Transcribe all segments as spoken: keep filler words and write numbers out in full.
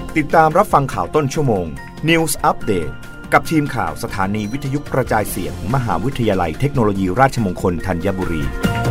ติดตามรับฟังข่าวต้นชั่วโมง News Update กับทีมข่าวสถานีวิทยุกระจายเสียง มหาวิทยาลัยเทคโนโลยีราชมงคลธัญบุรี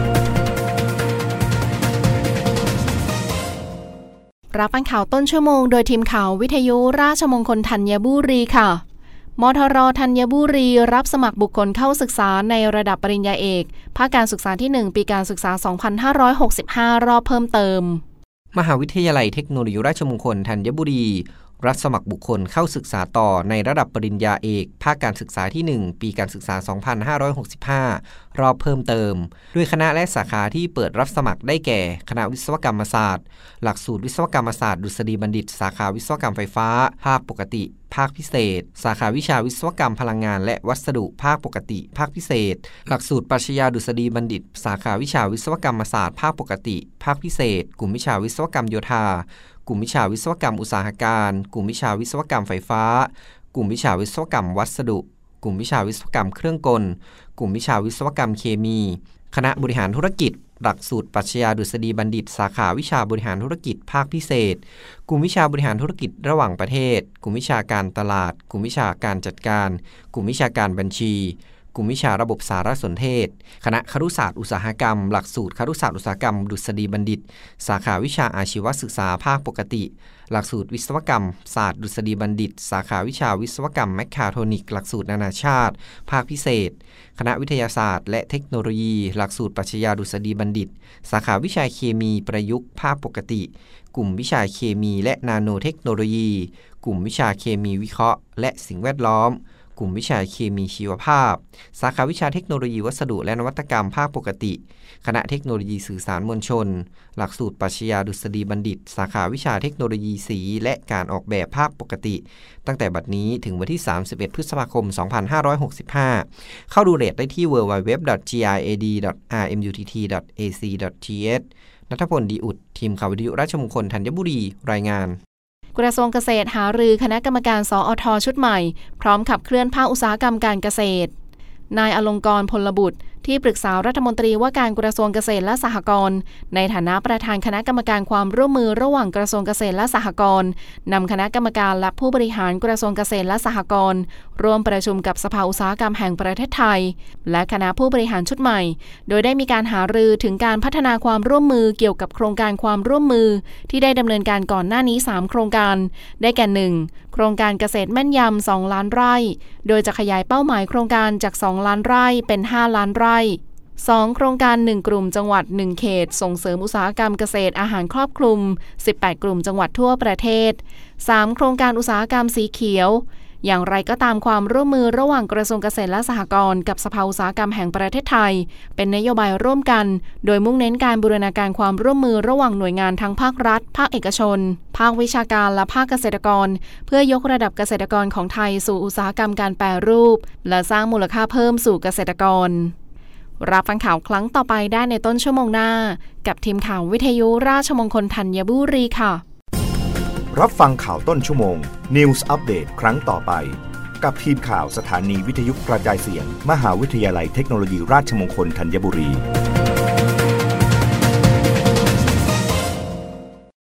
รับฟังข่าวต้นชั่วโมงโดยทีมข่าววิทยุราชมงคลธัญบุรีค่ะมทร.ธัญบุรีรับสมัครบุคคลเข้าศึกษาในระดับปริญญาเอกภาคการศึกษาที่หนึ่งปีการศึกษาสองพันห้าร้อยหกสิบห้ารอบเพิ่มเติมมหาวิทยาลัยเทคโนโลยีราชมงคลธัญบุรีรับสมัครบุคคลเข้าศึกษาต่อในระดับปริญญาเอกภาคการศึกษาที่หนึ่งปีการศึกษาสองพันห้าร้อยหกสิบห้ารอบเพิ่มเติมด้วยคณะและสาขาที่เปิดรับสมัครได้แก่คณะวิศวกรรมศาสตร์หลักสูตรวิศวกรรมศาสตร์ดุษฎีบัณฑิตสาขาวิศวกรรมไฟฟ้าภาคปกติภาคพิเศษสาขาวิชาวิศวกรรมพลังงานและวัสดุภาคปกติภาคพิเศษหลักสูตรปรัชญาดุษฎีบัณฑิตสาขาวิชาวิศวกรรมศาสตร์ภาคปกติภาคพิเศษกลุ่มวิชาวิศวกรรมโยธากลุ่มวิชาวิศวกรรมอุตสาหการกลุ่มวิชาวิศวกรรมไฟฟ้ากลุ่มวิชาวิศวกรรมวัสดุกลุ่มวิชาวิศวกรรมเครื่องกลกลุ่มวิชาวิศวกรรมเคมีคณะบริหารธุรกิจหลักสูตรปรัชญาดุษฎีบัณฑิตสาขาวิชาบริหารธุรกิจภาคพิเศษกลุ่มวิชาบริหารธุรกิจระหว่างประเทศกลุ่มวิชาการตลาดกลุ่มวิชาการจัดการกลุ่มวิชาการบัญชีกลุ่มวิชาระบบสารสนเทศคณะครุศาสตร์อุตสาหกรรมหลักสูตรครุศาสตร์อุตสาหกรรมดุษฎีบัณฑิตสาขาวิชาอาชีวศึกษาภาคปกติหลักสูตรวิศวกรรมศาสตร์ดุษฎีบัณฑิตสาขาวิชาวิศวกรรมแมคคาโทรนิกหลักสูตรนานาชาติภาคพิเศษคณะวิทยาศาสตร์และเทคโนโลยีหลักสูตรปรัชญาดุษฎีบัณฑิตสาขาวิชาเคมีประยุกต์ภาคปกติกลุ่มวิชาเคมีและนาโนเทคโนโลยีกลุ่มวิชาเคมีวิเคราะห์และสิ่งแวดล้อมกลุ่มวิชาเคมีชีวภาพสาขาวิชาเทคโนโลยีวัสดุและนวัตกรรมภาคปกติคณะเทคโนโลยีสื่อสารมวลชนหลักสูตรปรัชญาดุษฎีบัณฑิตสาขาวิชาเทคโนโลยีสีและการออกแบบภาคปกติตั้งแต่บัดนี้ถึงวันที่สามสิบเอ็ดพฤษภาคมสองพันห้าร้อยหกสิบห้าเข้าดูเรทได้ที่ ดับเบิลยู ดับเบิลยู ดับเบิลยู ดอท จี อาร์ เอ ดี ดอท อาร์ เอ็ม ยู ที ที ดอท เอ ซี ดอท ที เอช ณัฐพล ดีอุดทีมข่าววิทยุราชมงคลธัญบุรีรายงานกระทรวงเกษตรหารือคณะกรรมการสอทชุดใหม่พร้อมขับเคลื่อนภาคอุตสาหกรรมการเกษตรนายอลงกรณ์พลบุตรที่ปรึกษารัฐมนตรีว่าการกระทรวงเกษตรและสหกรณ์ในฐานะประธานคณะกรรมการความร่วมมือระหว่างกระทรวงเกษตรและสหกรณ์นำคณะกรรมการและผู้บริหารกระทรวงเกษตรและสหกรณ์ร่วมประชุมกับสภาอุตสาหกรรมแห่งประเทศไทยและคณะผู้บริหารชุดใหม่โดยได้มีการหารือถึงการพัฒนาความร่วมมือเกี่ยวกับโครงการความร่วมมือที่ได้ดำเนินการก่อนหน้านี้สามโครงการได้แก่หนึ่งโครงการเกษตรแม่นยำสองล้านไร่โดยจะขยายเป้าหมายโครงการจากสองล้านไร่เป็นห้าล้านไร่สองโครงการหนึ่งกลุ่มจังหวัดหนึ่งเขตส่งเสริมอุตสาหกรรมเกษตรอาหารครอบคลุมสิบแปดกลุ่มจังหวัดทั่วประเทศสามโครงการอุตสาหกรรมสีเขียวอย่างไรก็ตามความร่วมมือระหว่างกระทรวงเกษตรและสหกรณ์กับสภาอุตสาหกรรมแห่งประเทศไทยเป็นนโยบายร่วมกันโดยมุ่งเน้นการบูรณาการความร่วมมือระหว่างหน่วยงานทั้งภาครัฐภาคเอกชนภาควิชาการและภาคเกษตรกรเพื่อยกระดับเกษตรกรของไทยสู่อุตสาหกรรมการแปรรูปและสร้างมูลค่าเพิ่มสู่เกษตรกรรับฟังข่าวครั้งต่อไปได้ในต้นชั่วโมงหน้ากับทีมข่าววิทยุราชมงคลธัญบุรีค่ะรับฟังข่าวต้นชั่วโมง News Update ครั้งต่อไปกับทีมข่าวสถานีวิทยุกระจายเสียงมหาวิทยาลัยเทคโนโลยีราชมงคลธัญบุรี